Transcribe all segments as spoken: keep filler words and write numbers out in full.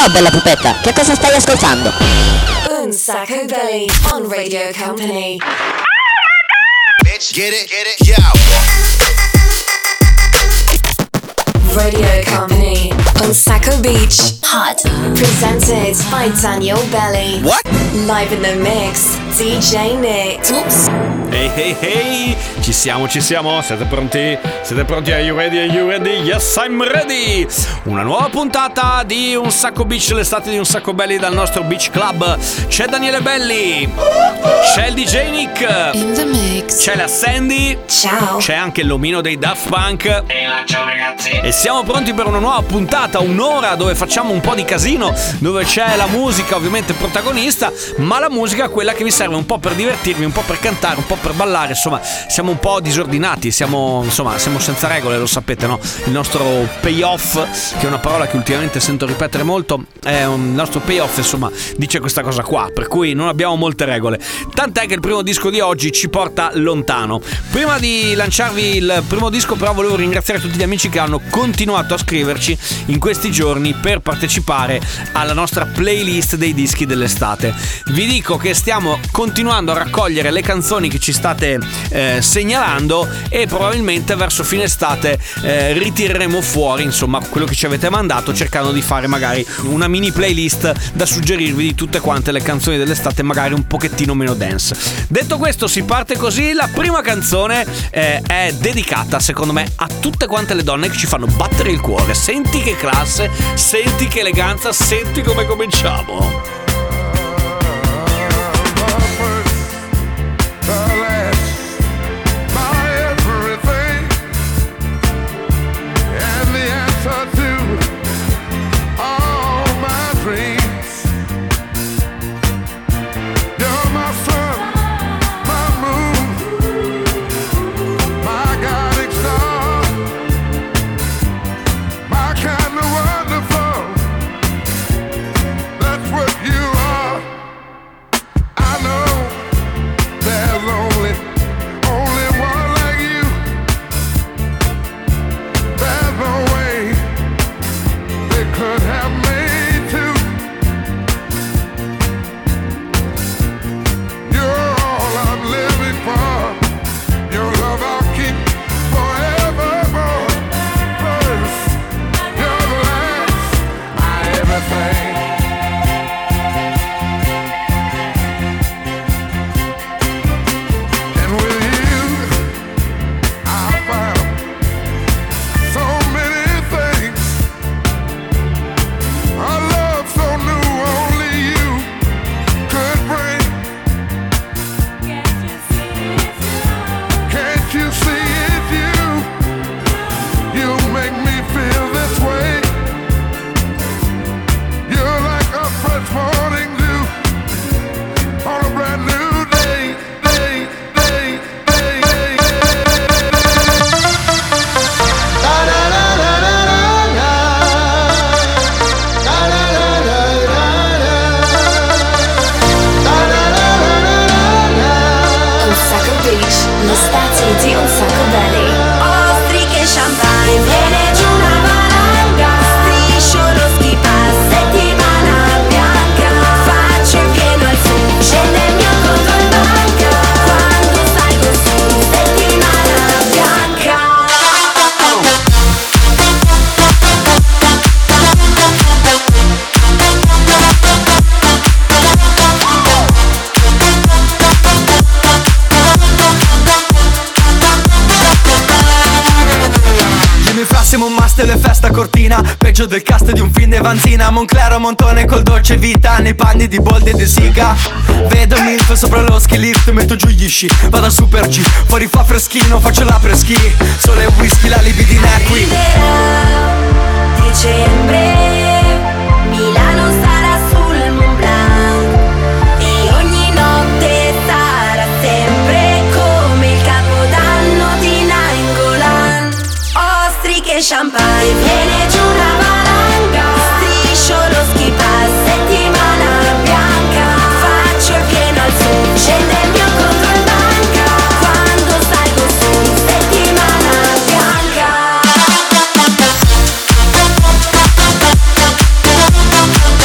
Ciao bella pupetta, che cosa stai ascoltando? Un Sacco Belly on Radio Company. Bitch, get it, get it, yo. Radio Company on Sacco Beach. Hot. Presented by Daniel Belly. What? Live in the mix, D J Nick. Oops. Hey hey hey, ci siamo, ci siamo, siete pronti? Siete pronti? Are you ready? Are you ready? Yes, I'm ready! Una nuova puntata di Un Sacco Beach, l'estate di Un Sacco Belli dal nostro Beach Club. C'è Daniele Belli, c'è il D J Nick, In the mix. c'è la Sandy, Ciao. c'è anche l'omino dei Daft Punk. E là, ciao ragazzi. E siamo pronti per una nuova puntata, un'ora dove facciamo un po' di casino, dove c'è la musica ovviamente protagonista, ma la musica è quella che vi serve un po' per divertirvi, un po' per cantare, un po' per ballare, insomma siamo un po' disordinati, siamo insomma siamo senza regole, lo sapete, no? Il nostro payoff, che è una parola che ultimamente sento ripetere molto, è un, il nostro payoff insomma dice questa cosa qua, per cui non abbiamo molte regole, tant'è che il primo disco di oggi ci porta lontano. Prima di lanciarvi il primo disco però volevo ringraziare tutti gli amici che hanno continuato a scriverci in questi giorni per partecipare alla nostra playlist dei dischi dell'estate. Vi dico che stiamo continuando a raccogliere le canzoni che ci state eh, segnalando e probabilmente verso fine estate eh, ritireremo fuori insomma quello che ci avete mandato, cercando di fare magari una mini playlist da suggerirvi di tutte quante le canzoni dell'estate, magari un pochettino meno dance. Detto questo, si parte così. La prima canzone eh, è dedicata secondo me a tutte quante le donne che ci fanno battere il cuore. Senti che classe, senti che eleganza, senti come cominciamo. Le festa cortina, peggio del cast di un film di Vanzina. Monclero, Montone col dolce vita, nei panni di Boldi e di Siga. Vedo milf sopra lo ski lift, metto giù gli sci, vado a super G, fuori fa freschino, faccio la preschi. Sole e whisky, la libidina è qui. Dicembre, Milano sarà sul Mont Blanc e ogni notte sarà sempre come il capodanno di Nainggolan. Ostriche, champagne, viene giù una valanga, striscio lo ski pass, settimana bianca, faccio il pieno al sud, scende il mio conto in banca, quando salgo su, settimana bianca.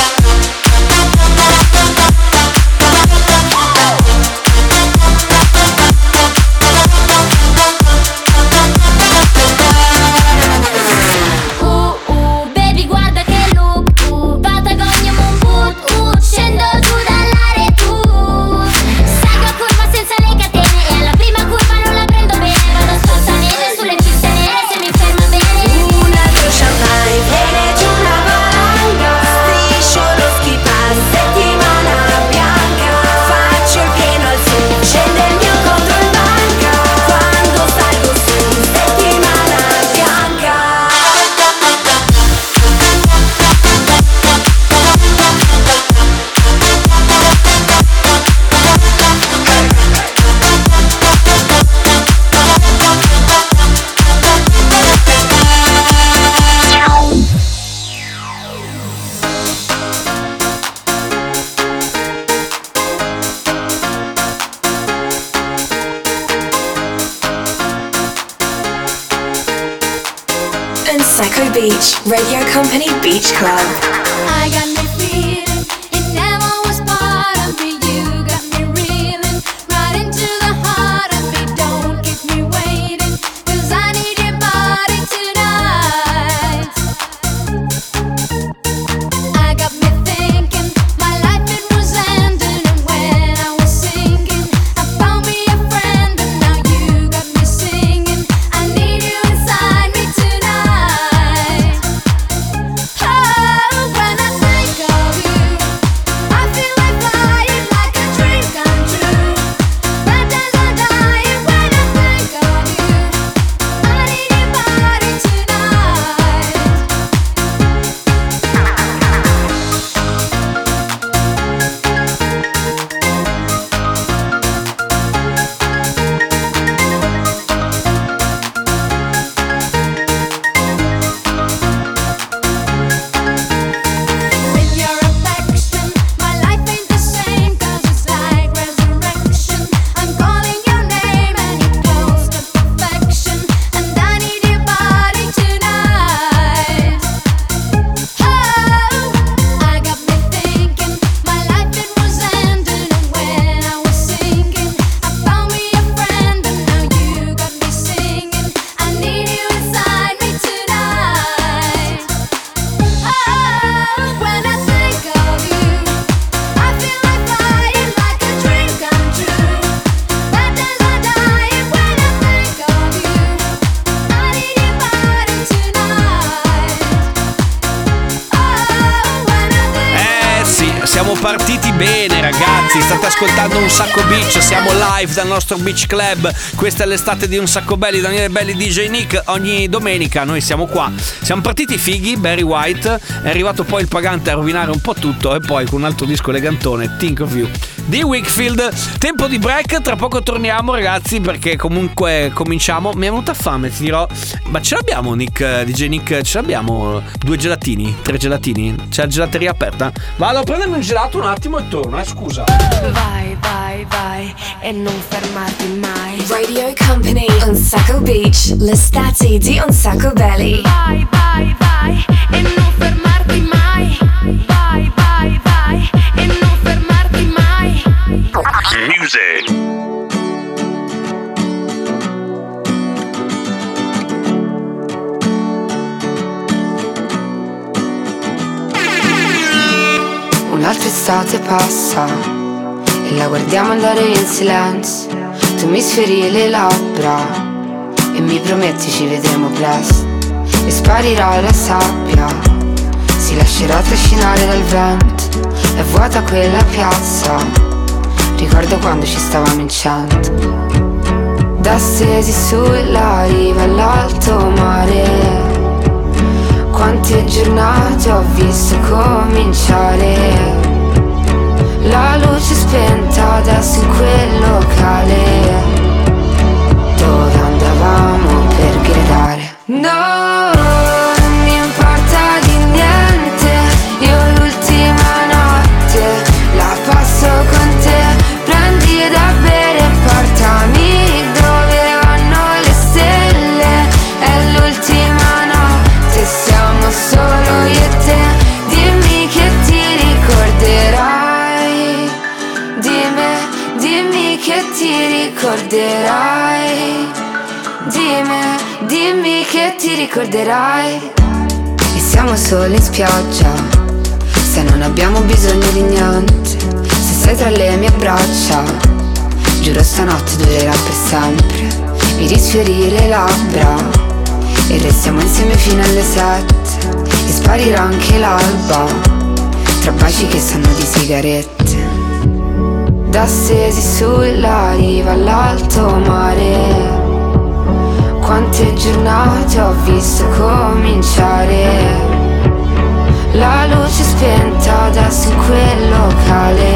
Beach, Radio Company Beach Club. I got me feeling it never was part of me. You got me reeling right into the heart of me. Don't keep me waiting, 'cause I need your body tonight. I got me thinking my life it was ending, and when I was singing I found me a friend, and now you got me singing I need you inside me tonight. Oh, when I think of you I feel like flying, like a dream come true. Bad days are dying when I think of you. I need your body tonight. With your affection, my life ain't the same, 'cause it's like resurrection. I'm calling your name and it goes to perfection, and I need your body tonight. Oh, I got me thinking my life it was ending, and when I was singing I found me a friend, and now you got me singing I need you inside me tonight. Oh, when I think of you I feel like flying, like a dream come true. Bad days are dying when I think of you. I need your body tonight. Oh, when I think Eh sì, siamo partiti bene ragazzi, state ascoltando Un Sacco Beach, siamo live dal nostro Beach Club, questa è l'estate di Un Sacco Belli, Daniele Belli, D J Nick, ogni domenica noi siamo qua, siamo partiti fighi, Barry White, è arrivato poi il pagante a rovinare un po' tutto e poi con un altro disco elegantone, Think of You di Wakefield. Tempo di break, tra poco torniamo ragazzi perché comunque cominciamo, mi è venuta fame ti dirò, ma ce l'abbiamo Nick, D J Nick, ce l'abbiamo due gelatini, tre gelatini, c'è la gelateria aperta? Vado a prendermi un gelato un attimo e torno, eh scusa. Vai, vai, vai e non fermarti mai. Radio Company, Un Sacco Beach, l'estate di Un Sacco Belly. Vai, vai, vai e non fermarti mai. Vai, vai, vai e non fermarti mai. Music. Un'altra estate passa e la guardiamo andare in silenzio. Tu mi sfiori le labbra e mi prometti ci vedremo presto. E sparirà la sabbia, si lascerà trascinare dal vento. È vuota quella piazza, ricordo quando ci stavamo in cento. Da stesi sulla riva all'alto mare, quante giornate ho visto cominciare. La luce spenta adesso in quel locale dove andavamo per gridare. No, non mi importa di niente, io l'ultima notte la passo con te. Prendi da bere e portami dove vanno le stelle. È l'ultima notte, siamo solo io e te. Dimmi che ti ricorderai di me, dimmi che ti ricorderai di me, dimmi che ti ricorderai. E siamo solo in spiaggia, se non abbiamo bisogno di niente. Se sei tra le mie braccia, giuro stanotte durerà per sempre. Mi risfiori le labbra e restiamo insieme fino alle sette. E sparirà anche l'alba, tra baci che sanno di sigarette. Da stesi sulla riva all'alto mare, quante giornate ho visto cominciare. La luce spenta adesso in quel locale,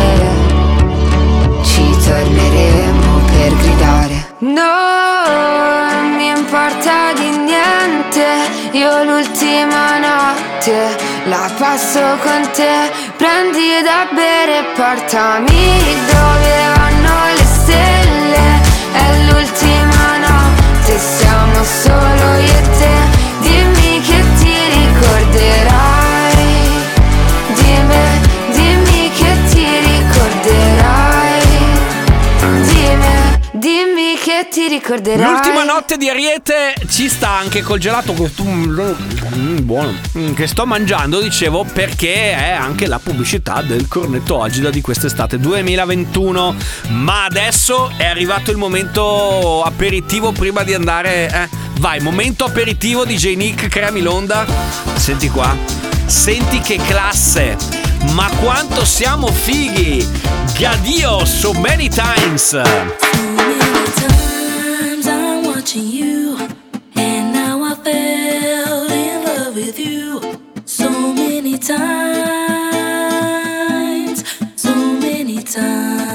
ci torneremo per gridare. No, non mi importa di niente, io l'ultima notte la passo con te. Prendi da bere e portami dove vanno le stelle. È l'ultima notte, siamo solo io e te. Dimmi che ti ricorderai. L'ultima notte di Ariete ci sta anche col gelato che sto, mm, buono, mm, che sto mangiando, dicevo, perché è anche la pubblicità del cornetto agida di quest'estate duemilaventuno. Ma adesso è arrivato il momento aperitivo prima di andare, eh. Vai, momento aperitivo di D J Nick, creami l'onda. Senti qua, senti che classe, ma quanto siamo fighi. Gadio, so many times. I'm watching you, and now I fell in love with you. So many times, so many times.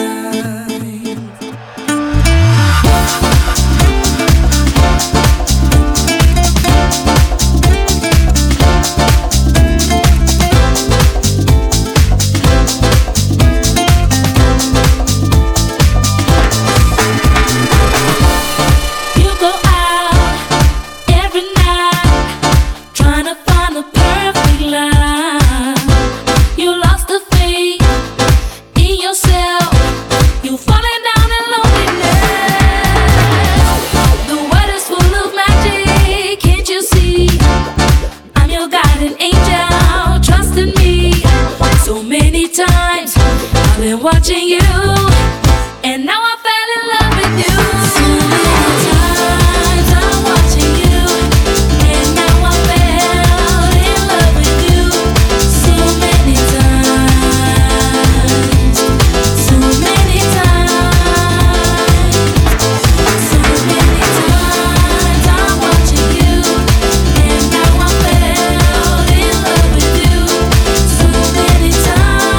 Watching you, and now I fell in love with you. So many times I'm watching you, and now I fell in love with you. So many times, so many times, so many times I'm watching you, and now I fell in love with you. So many times.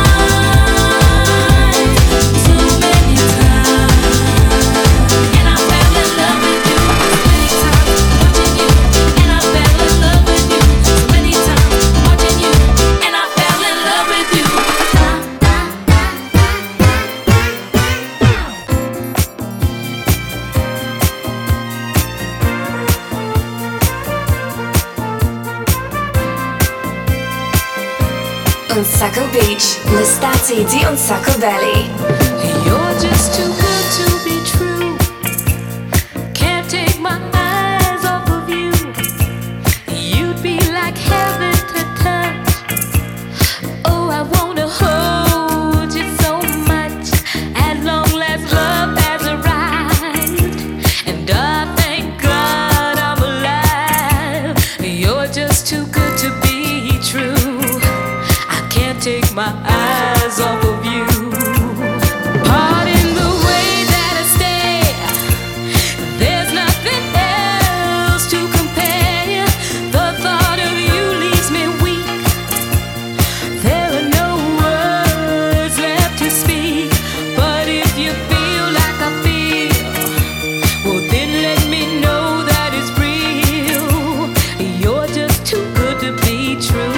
Un Sacco Beach, l'estate di Un Sacco Belly. You're just too good to be true. Can't take my eyes off of you. You'd be like heaven to touch. Oh, I wanna hold you so much. At long last, love has arrived, and I thank God I'm alive. You're just too good to be true. Take my eyes off of you. Pardon the way that I stare. There's nothing else to compare. The thought of you leaves me weak. There are no words left to speak. But if you feel like I feel, well then let me know that it's real. You're just too good to be true.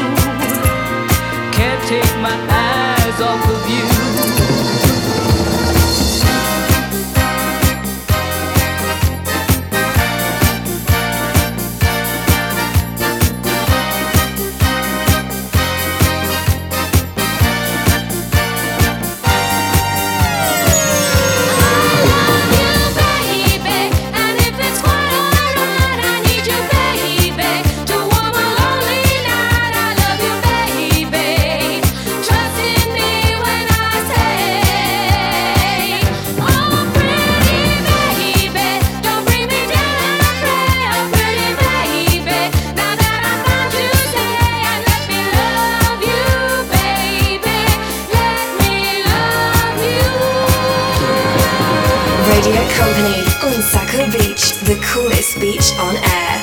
Take my eyes off of you. Radio Company, Un Sacco Beach, the coolest beach on air.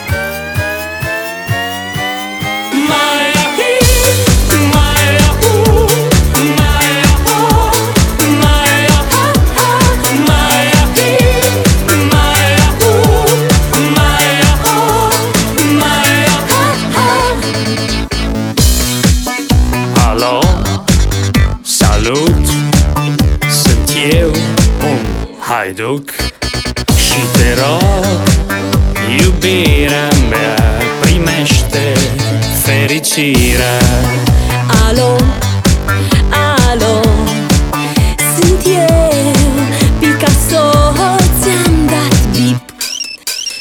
Allo, salut, sunt eu, un haiduc și te rog, iubirea mea, primește fericirea. Alo, alo, sunt eu, Picasso, ți-am dat bine.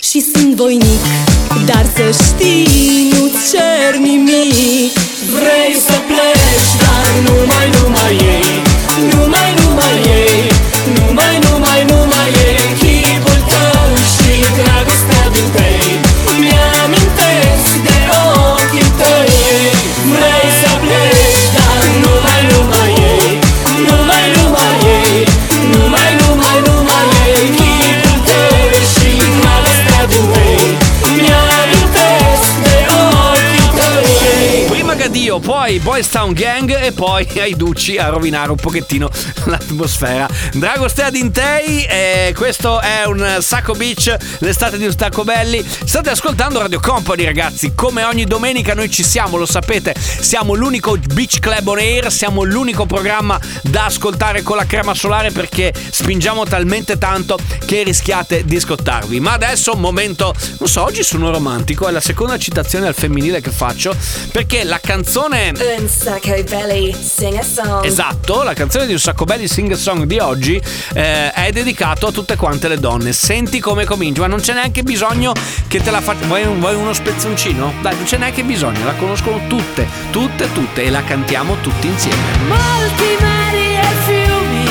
și sunt voinic, dar să știi, nu cer nimic. Vrei să pleci, dar numai, numai ei, numai, numai ei, numai, numai, numai ei, chipul tău și dragostea din tăi, mi-amintesc de ochii tăi. Vrei să pleci, dar numai, numai ei, numai, numai ei, numai, numai, numai ei, chipul tău și dragostea din tăi, mi-amintesc de ochii tăi. Prima Gadio, poi Boys Town Gang e poi ai Ducci a rovinare un pochettino l'atmosfera. Dragostea Dintei, e questo è un Sacco Beach, l'estate di un Stacco Belli. State ascoltando Radio Company, ragazzi. Come ogni domenica noi ci siamo, lo sapete. Siamo l'unico Beach Club on Air, siamo l'unico programma da ascoltare con la crema solare perché spingiamo talmente tanto che rischiate di scottarvi. Ma adesso un momento, non so, oggi sono romantico, è la seconda citazione al femminile che faccio perché la canzone Un Sacco Belly Sing a Song. Esatto, la canzone di Un Sacco Belli Sing a Song di oggi eh, è dedicato a tutte quante le donne. Senti come comincia, ma non c'è neanche bisogno che te la faccia. Vuoi, vuoi uno spezzoncino? Dai, non c'è neanche bisogno, la conoscono tutte, tutte, tutte e la cantiamo tutti insieme. Molti mari e fiumi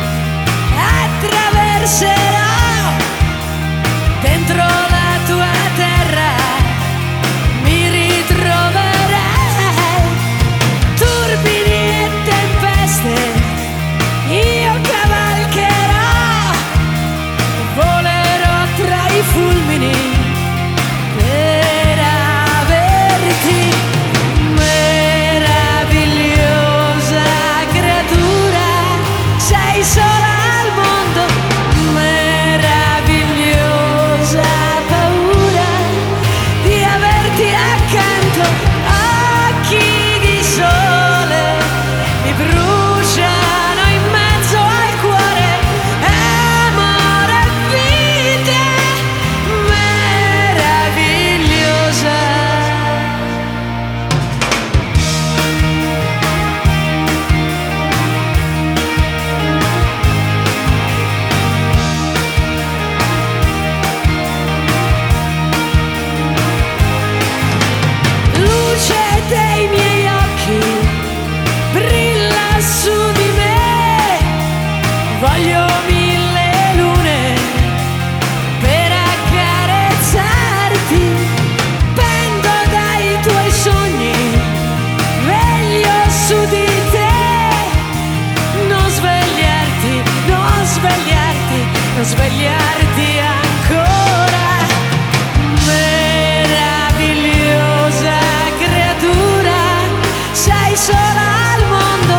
attraverserò dentro la tua terra, mi ritroverai, turbini e tempeste, io cavalcherò, volerò tra i fulmini per averti. Meravigliosa creatura, sei sola al mondo, meravigliosa paura di averti accanto. Occhi di sole mi bruciano in mezzo al cuore, amore e vita meravigliosa. Luce dei miei occhi brilla su di me, voglio mille lune per accarezzarti, pendo dai tuoi sogni, veglio su di te, non svegliarti, non svegliarti, non svegliarti ancora. Meravigliosa creatura, sei sola al mondo,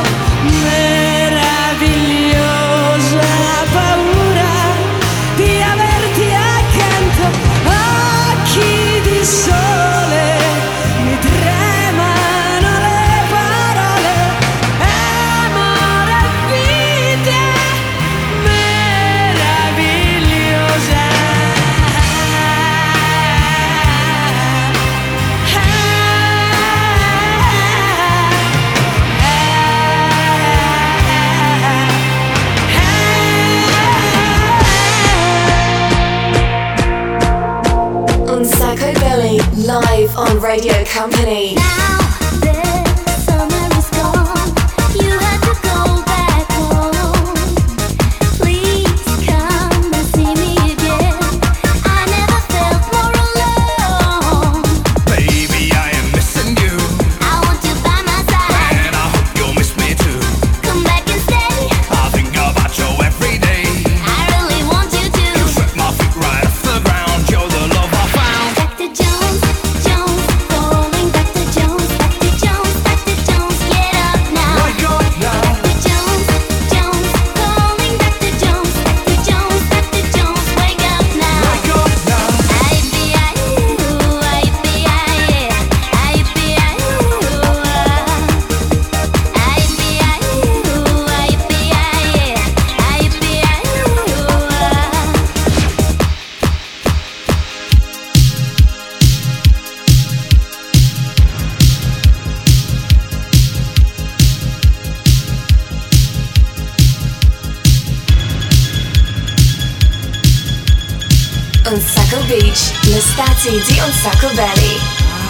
meravigliosa paura di averti accanto. Occhi di sole, mi tremano le parole, amore e vita meravigliosa. Un Sacco Belly live on Radio Company. Baby, I am missing you, and I hope you'll miss me too. I think about you every day. You swept my feet right off the ground. You're the love I found. Back to Jones, Jones, falling back to Jones. Beach, l'estate di Un Sacco Belly.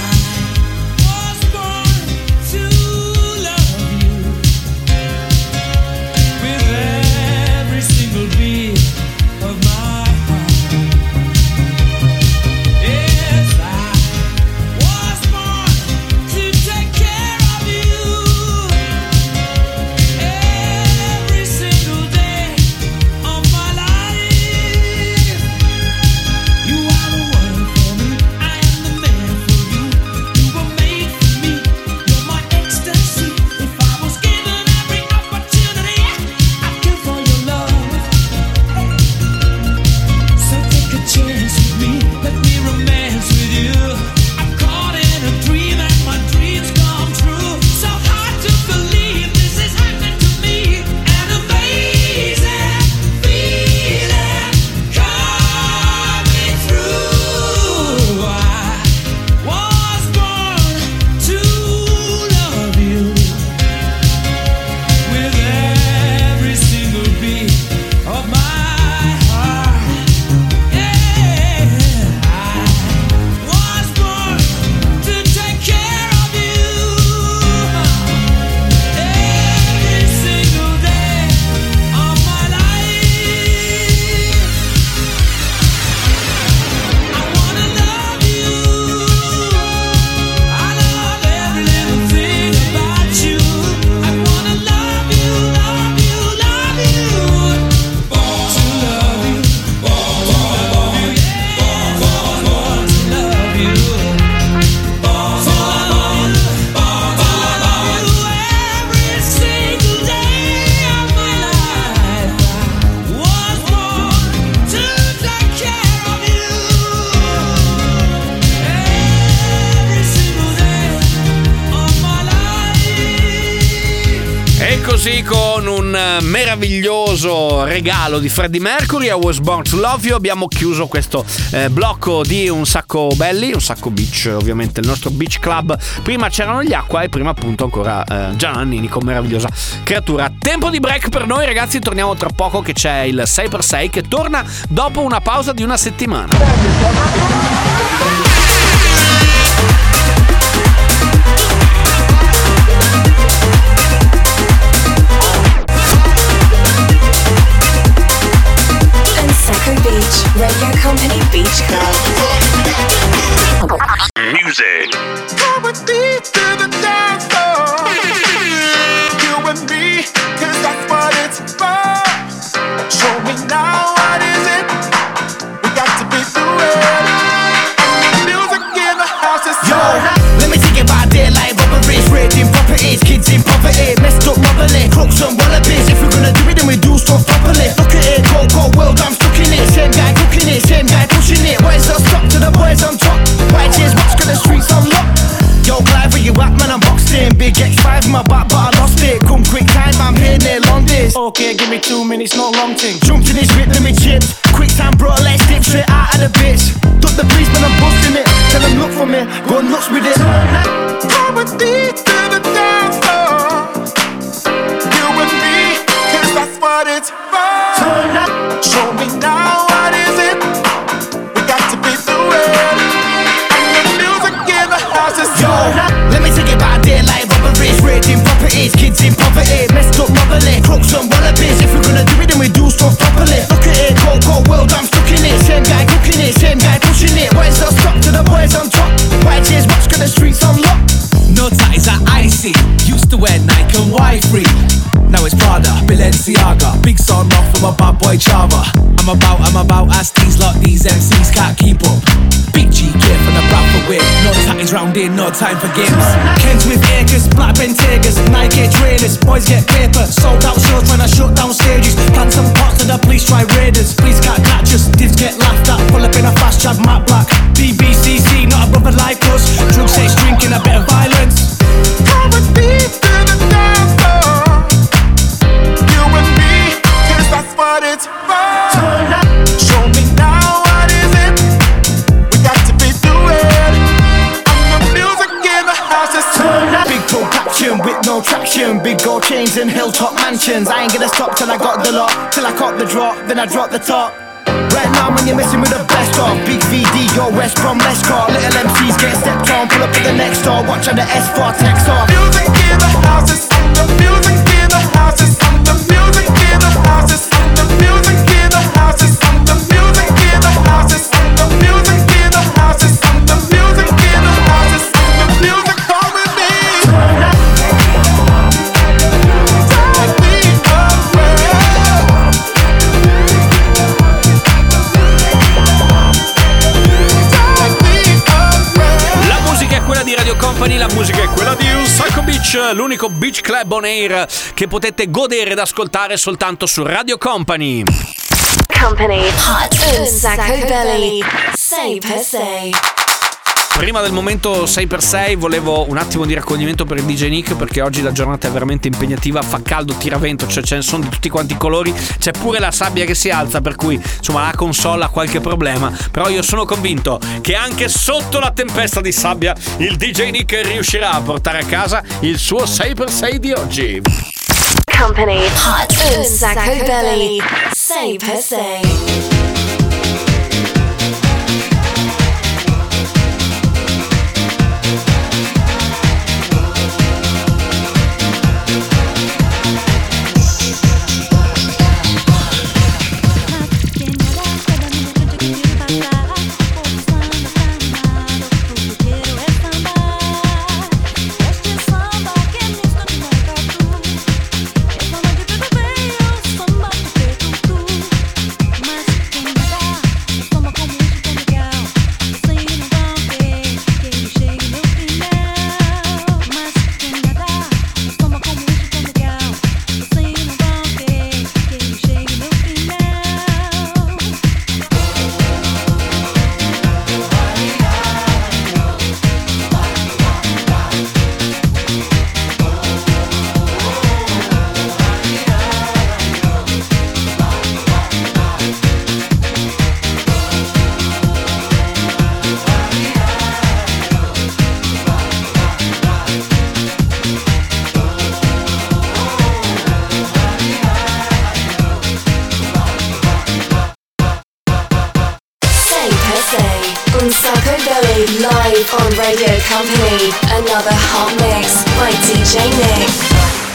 Così, con un meraviglioso regalo di Freddie Mercury, I Was Born to Love You, abbiamo chiuso questo eh, blocco di Un Sacco Belli, Un Sacco Beach, ovviamente il nostro beach club. Prima c'erano gli Acqua e prima appunto ancora eh, Gianna Nannini con Meravigliosa Creatura. Tempo di break per noi, ragazzi, torniamo tra poco che c'è il sei per sei che torna dopo una pausa di una settimana. Sacco Beach, Radio Company Beach Club. Music. Come with me to the dance floor. You and me, cause that's what it's for. Show me now, what is it? We got to be through it. And the music in the house is yo, let me take it by daylight, robberies, raiding properties, kids in poverty, messed up mobbly, crooks and wallabies. If we're gonna do it, then we do stuff properly. Look at it, cold, cold world, I'm stuck in it. Same guy cooking it, same guy pushing it. Where's the stop to the boys on top? White tears, watch, got the streets on lock. Yo, Clive, where you at, man, I'm boxed in. Big X five in my back, but I lost it. Come quick time, I'm here near long days. Okay, give me two minutes, no long thing. Jumped in his whip, let me chips. Quick time, bro, let's dip straight out of the bitch. Duck the breeze, man, I'm busting it. Tell them look for me, go nuts with it. Come with me to the dance floor. You and me, cause that's what it's for. Turn up. Show me now, what is it? We got to be through it. And the music in the house is yo, let me take it by daylight, robberies, raiding properties, kids in poverty, messed up mobbly, crooks and wallabies. If we're gonna do it, then we do stuff properly. Look at it, cold, cold world, I'm stuck in it. Same guy cooking it, same guy pushing it. Where's the stop to the boys on top? White tears, watch, got the streets on lock. No ties are icy. Used to wear Nike and Y three. Now it's Prada, Balenciaga. Big son off from a bad boy Chava. I'm about, I'm about, ask these lot, these M Cs can't keep up. Big G gear from the Bradford way. No tatties round here, no time for games. Kens with acres, black Bentegas, Nike trainers. Boys get paper, sold out shows when I shut down stages. Plant some pots to the police, try raiders. Please can't catch us, divs get laughed at. Pull up in a fast chat, matte black. B B C C, not a brother like us. Drug sex, drinking, a bit of violence. come with me to the dance floor. You and me, cause that's what it's for. Turn up. Show me now, what is it? We got to be through it. And the music in the house is Turn up. Big toe action with no traction. Big gold chains and hilltop mansions. I ain't gonna stop till I got the lot. Till I caught the drop, then I drop the top. Right now man, you're messing with the best of Big V D, your West Brom, let's call. Little M Cs get stepped on, pull up at the next door. Watch out the S four text off. Music in the house is on, the music in the house is on, the music in the house is on, the music in the house is on, the music in the house is on, the music in the house is on, the music in the house is on, the music come with me. Take me away. La musica è quella di Radio Company, la musica è quella di Psycho Beach, l'unico beach club on air che potete godere ed ascoltare soltanto su Radio Company. Company Hot un sacco belli sei per sei. Prima del momento sei per sei volevo un attimo di raccoglimento per il D J Nick, perché oggi la giornata è veramente impegnativa, fa caldo, tira vento, cioè ce ne sono di tutti quanti i colori, c'è pure la sabbia che si alza, per cui insomma la console ha qualche problema, però io sono convinto che anche sotto la tempesta di sabbia il D J Nick riuscirà a portare a casa il suo sei per sei di oggi. Company Hot un sacco belli sei per sei. Live on Radio Company, another hot mix by D J Nick.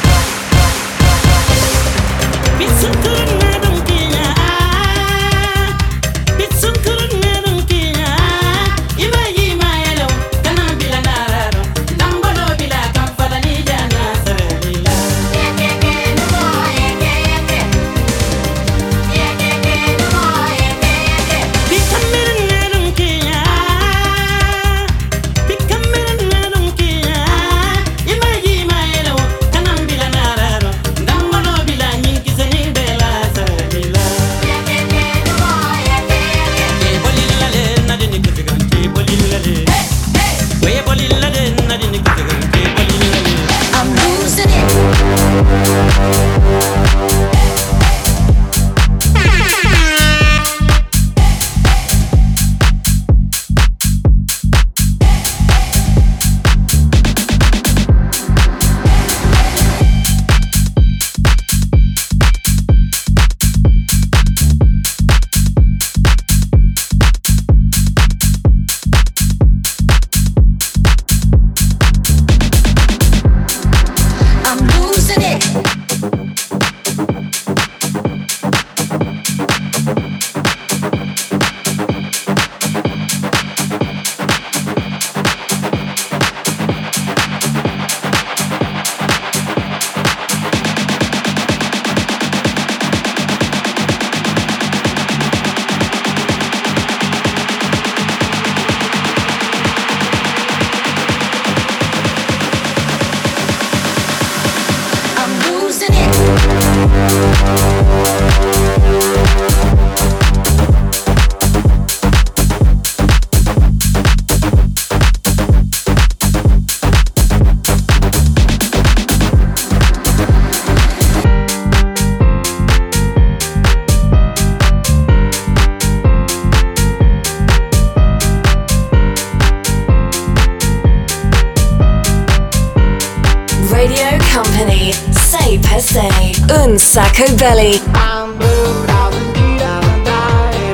Radio Company, sei per sei, un sacco belli. I'm blue, I've been deep, I've been dying.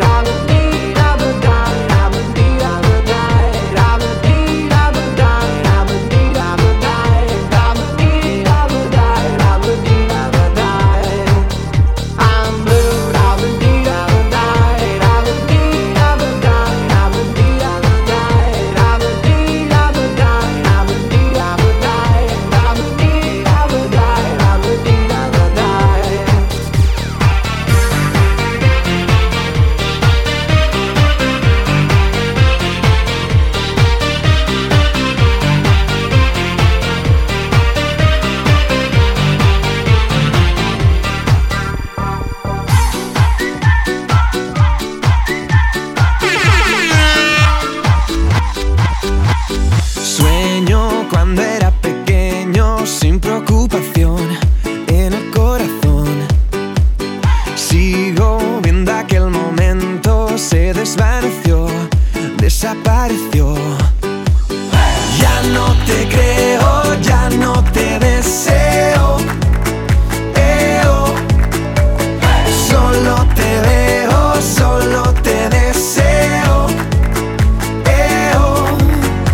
desapareció. Ya no te creo, ya no te deseo. Eo. Solo te veo, solo te deseo. Eo.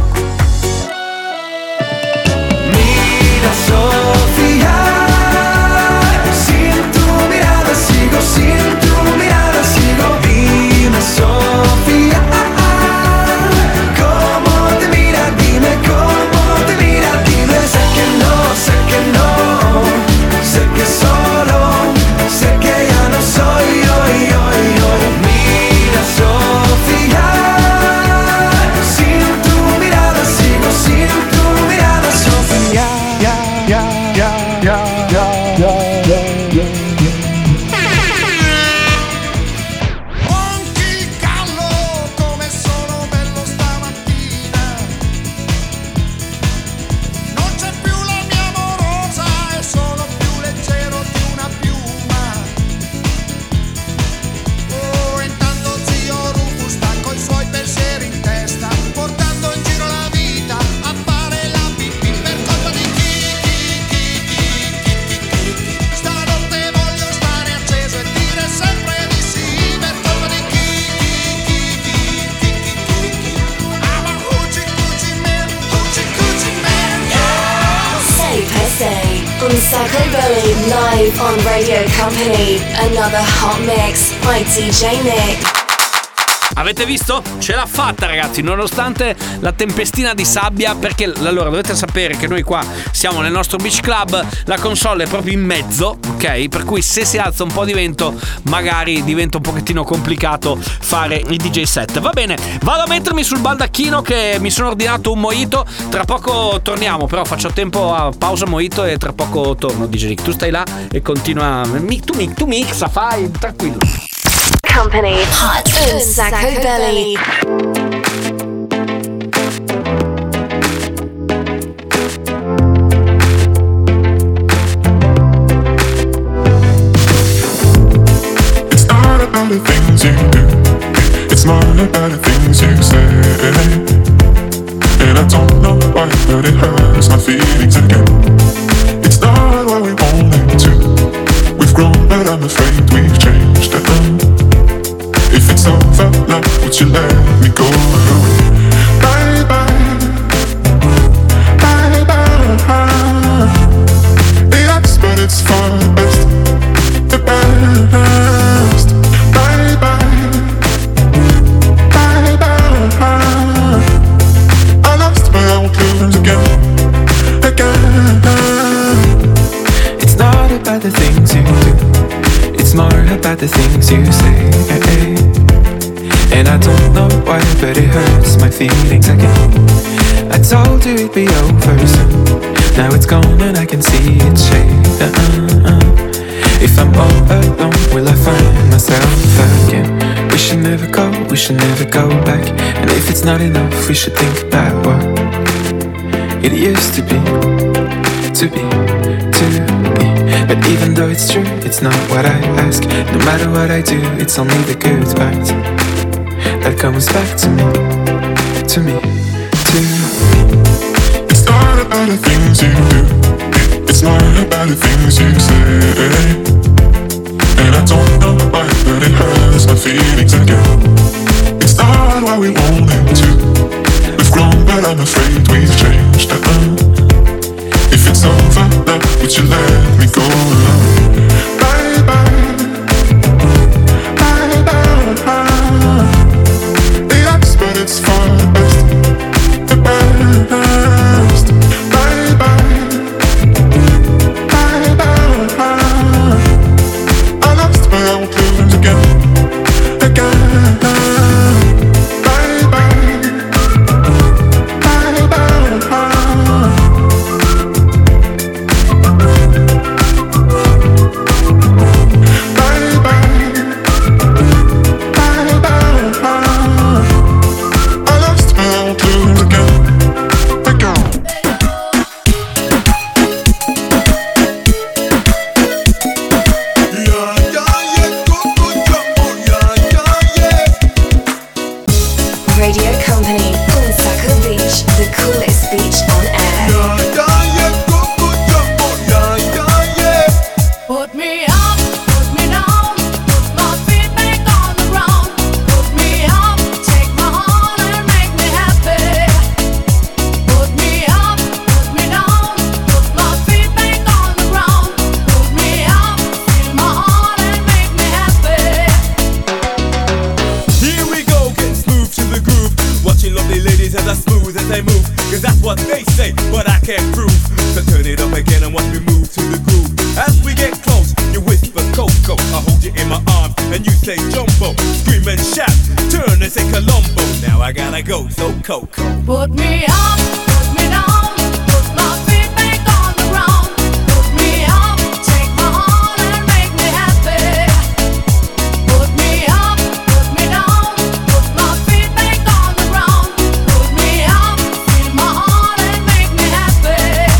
Mira, Sofía, sin tu mirada sigo, sin tu mirada sigo. Dime, Sofía, cómo te mira, dime cómo te mira, dime. Sé que no, sé que no, sé que solo, sé que ya no soy yo, yo, yo. Mira, Sofía, sin tu mirada sigo, sin tu mirada, Sofía. Ya, ya, ya, ya, ya, ya, ya, ya. Come sono bello stamattina. Non c'è più la mia amorosa e sono più leggero di una piuma. Oh, intanto zio Rufus sta coi suoi pensieri in testa, portando in giro la vita a fare la pipì per colpa di chi, chi, chi, chi, chi, chi, chi. Stanotte voglio stare acceso e dire sempre di sì per colpa di chi, chi, chi, chi, chi, chi, chi, chi. I'm a hoochie coochie man, hoochie coochie man, yeah. Say per se on Sacco Belly live on Radio Company. Another hot mix by D J Nick. Avete visto? Ce l'ha fatta, ragazzi, nonostante la tempestina di sabbia. Perché allora dovete sapere che noi qua siamo nel nostro beach club, la console è proprio in mezzo, ok? Per cui se si alza un po' di vento magari diventa un pochettino complicato fare i D J set. Va bene, vado a mettermi sul baldacchino che mi sono ordinato un mojito. Tra poco torniamo, però faccio tempo a pausa mojito e tra poco torno. D J Nick, tu stai là e continua. Mi- Tu, mi- tu mixa, fai tranquillo. Company hot on Sacco Belly. It's not about the things you do, it's more about the things you say. And I don't know why, but it hurts my feelings again. It's not what we wanted to. We've grown, but I'm afraid we've changed. Uh-uh. If it's over now, would you let me go? Bye bye, bye bye. Yes, but it's for the best, the best. Bye bye, bye bye. I lost, but I won't lose again, again. It's not about the things you do, it's more about the things you say. And I don't know why, but it hurts my feelings again. I told you it'd be over soon. Now it's gone and I can see it shade. Uh-uh. If I'm all alone, will I find myself again? We should never go, we should never go back. And if it's not enough, we should think about what it used to be, to be, to be. But even though it's true, it's not what I ask. No matter what I do, it's only the good part that comes back to me, to me, to me. It's not about the things you do, it's more about the things you say. And I don't know why, but it hurts my feelings again. It's not what we wanted to. We've grown, but I'm afraid we've changed. Uh-uh. If it's over now, would you let me go? Bye bye, bye bye. Yes, but it's for the best, the best. Bye bye, bye bye. I lost, but I won't lose again, again. Bye bye. Company, Un Sacco Beach, the coolest beach on air. Put me up, put me down, put my feet back on the ground. Put me up, take my heart and make me happy. Put me up, put me down, put my feet back on the ground. Put me up, feel my heart and make me happy. Here we go, getting smooth to the groove. Watching lovely ladies as I smooth as they move. Cause that's what they say, but I can't prove. So turn it up again and watch me move to the groove. As we get close, you whisper Coco. I hold you in my arms and you say Jumbo. Scream and shout, turn and say Colombo. Now I gotta go, so Coco. Put me up, put me down, put my feet back on the ground. Put me up, take my heart and make me happy. Put me up, put me down, put my feet back on the ground. Put me up, feel my heart and make me happy.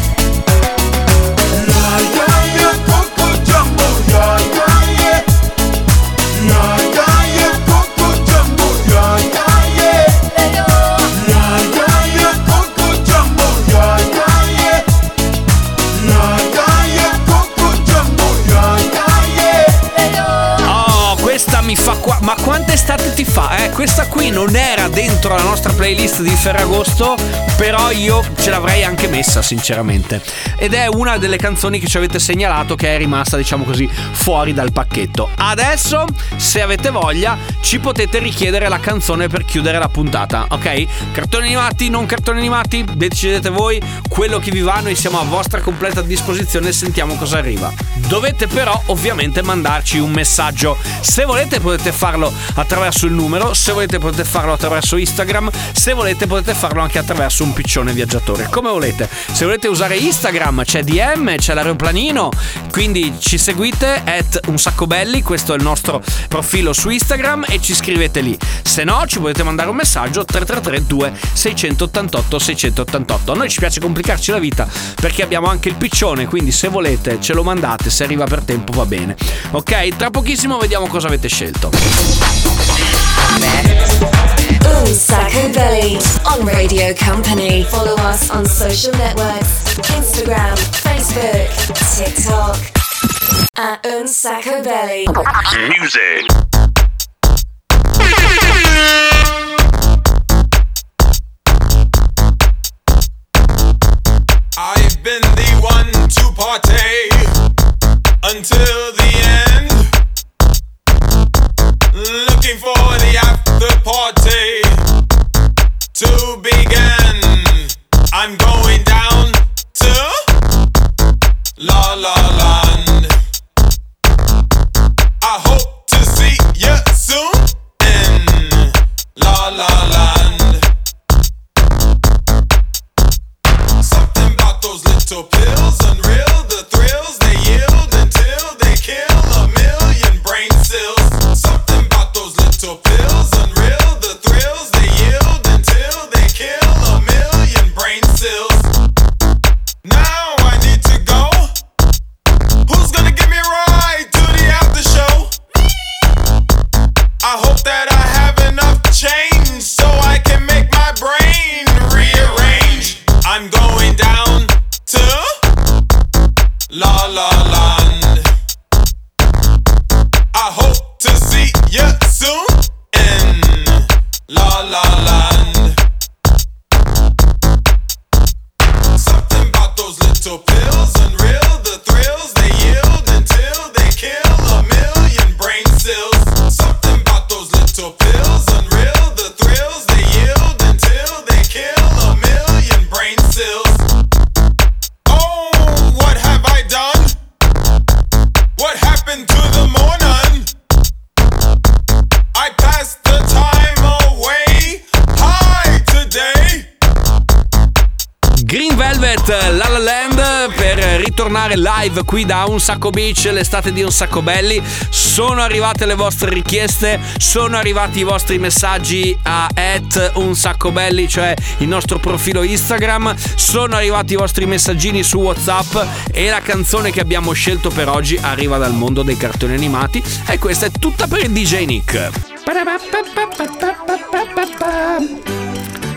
Yeah, yeah, yeah, Coco Jumbo, yeah, yeah, yeah. Yeah, yeah, yeah, Coco Jumbo, yeah, yeah, yeah. Yeah, yeah, yeah, Coco Jumbo, yeah, yeah, yeah. Yeah, yeah, yeah, Coco Jumbo, yeah, yeah, yeah. Oh, questa mi fa qua. Ma quante estate ti fa? Eh, questa qui non era dentro la nostra playlist di Ferragosto, però io ce l'avrei anche messa, sinceramente. Ed è una delle canzoni che ci avete segnalato che è rimasta, diciamo così, fuori dal pacchetto. Adesso, se avete voglia, ci potete richiedere la canzone per chiudere la puntata, ok? Cartoni animati, non cartoni animati, decidete voi quello che vi va, noi siamo a vostra completa disposizione e sentiamo cosa arriva. Dovete però ovviamente mandarci un messaggio. Se volete potete farlo attraverso il numero, se volete potete farlo attraverso Instagram, se volete potete farlo anche attraverso un piccione viaggiatore, come volete. Se volete usare Instagram c'è D M, c'è l'aeroplanino, quindi ci seguite at un sacco belli, questo è il nostro profilo su Instagram e ci scrivete lì. Se no ci potete mandare un messaggio tre tre tre due sei otto otto sei otto otto. A noi ci piace complicarci la vita perché abbiamo anche il piccione, quindi se volete ce lo mandate, se arriva per tempo va bene. Ok, tra pochissimo vediamo cosa avete scelto. Un Sacco Belly on Radio Company. Follow us on social networks, Instagram, Facebook, TikTok at Un Sacco Belly. Music. I've been the one to party until the end. Looking for the after party to begin. I'm going down to La La Land. I hope to see you soon in La La Land. Something about those little pills, unreal, the thrills they yield until they kill a million brain cells. Something about those little pills, unreal, the thrills they yield until they kill a million brain cells. Now I need to go. Who's gonna give me a ride to the after show? I hope that I have enough change so I can make my brain rearrange. I'm going down to La La Land. I hope to see you soon in La La Land. Something about those little pills, unreal, the thrills they yield until they kill a million brain cells. Something about those little pills, unreal, the thrills they yield until they kill a million brain cells. Oh, what have I done? What happened to the morning? I passed the time away high today. Green Velvet, La La Land, per ritornare live qui da Un Sacco Beach, l'estate di Un Sacco Belli. Sono arrivate le vostre richieste, sono arrivati i vostri messaggi a at Un Sacco Belli, cioè il nostro profilo Instagram, sono arrivati i vostri messaggini su WhatsApp e la canzone che abbiamo scelto per oggi arriva dal mondo dei cartoni animati e questa è tutta per il D J Nick.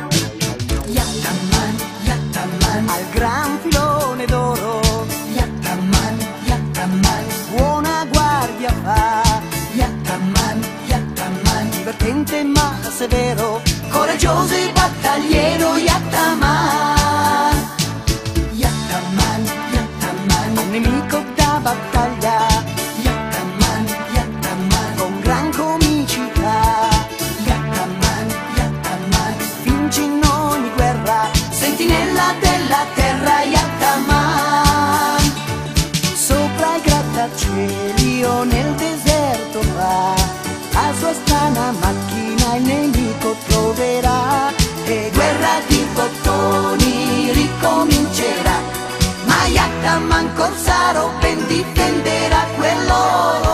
sentinella della terra Yattaman. Sopra i grattacieli o nel deserto va, la sua strana macchina il nemico troverà, e guerra di bottoni ricomincerà, ma Yattaman corsaro ben difenderà quell'oro.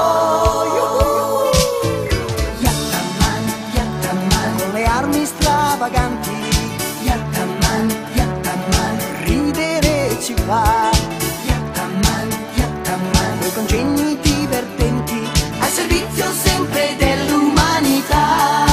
Yattaman, Yattaman, con le armi stravaganti, Yattaman, Yattaman, ridere ci fa, Yattaman, Yattaman, quei congegni divertenti al servizio sempre dell'umanità.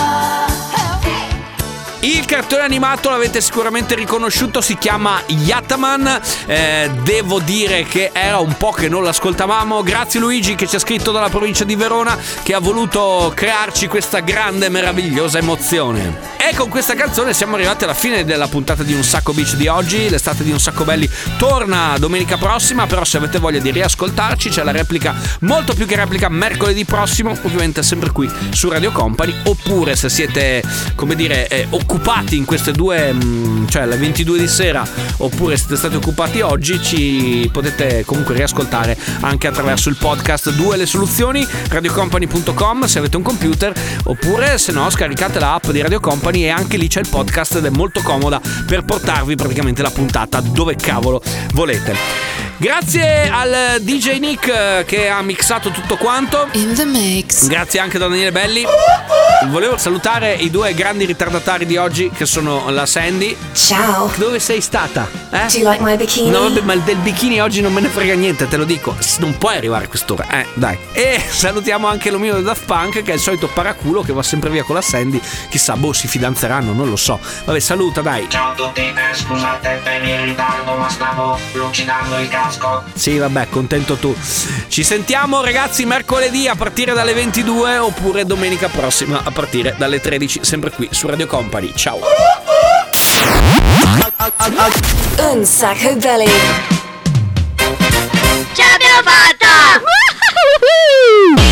Il cartone animato l'avete sicuramente riconosciuto, si chiama Yattaman. Eh, devo dire che era un po' che non l'ascoltavamo. Grazie Luigi che ci ha scritto dalla provincia di Verona, che ha voluto crearci questa grande e meravigliosa emozione. E con questa canzone siamo arrivati alla fine della puntata di Un Sacco Beach di oggi. L'estate di Un Sacco Belli torna domenica prossima, però se avete voglia di riascoltarci c'è la replica, molto più che replica, mercoledì prossimo, ovviamente sempre qui su Radio Company, oppure se siete, come dire, eh, occupati in queste due, mh, cioè alle ventidue di sera, oppure siete stati occupati oggi, ci potete comunque riascoltare anche attraverso il podcast Due le soluzioni, radiocompany punto com se avete un computer, oppure se no scaricate la app di Radio Company e anche lì c'è il podcast ed è molto comoda per portarvi praticamente la puntata dove cavolo volete. Grazie al D J Nick che ha mixato tutto quanto. In the mix. Grazie anche da Daniele Belli. Volevo salutare i due grandi ritardatari di oggi che sono la Sandy. Ciao. Dove sei stata? Eh? Do you like my bikini? No vabbè, ma del bikini oggi non me ne frega niente, te lo dico. Non puoi arrivare a quest'ora, eh dai. E salutiamo anche l'omino del Daft Punk, che è il solito paraculo che va sempre via con la Sandy. Chissà, boh, si fidanzeranno, non lo so. Vabbè, saluta, dai. Ciao a tutti, eh, scusate per il ritardo, ma stavo lucidando il casco. Sì, vabbè, contento tu. Ci sentiamo ragazzi mercoledì a partire dalle ventidue, oppure domenica prossima a partire dalle tredici, sempre qui su Radio Company. Ciao. Un Sacco Belly. Ce l'abbiamo fatta!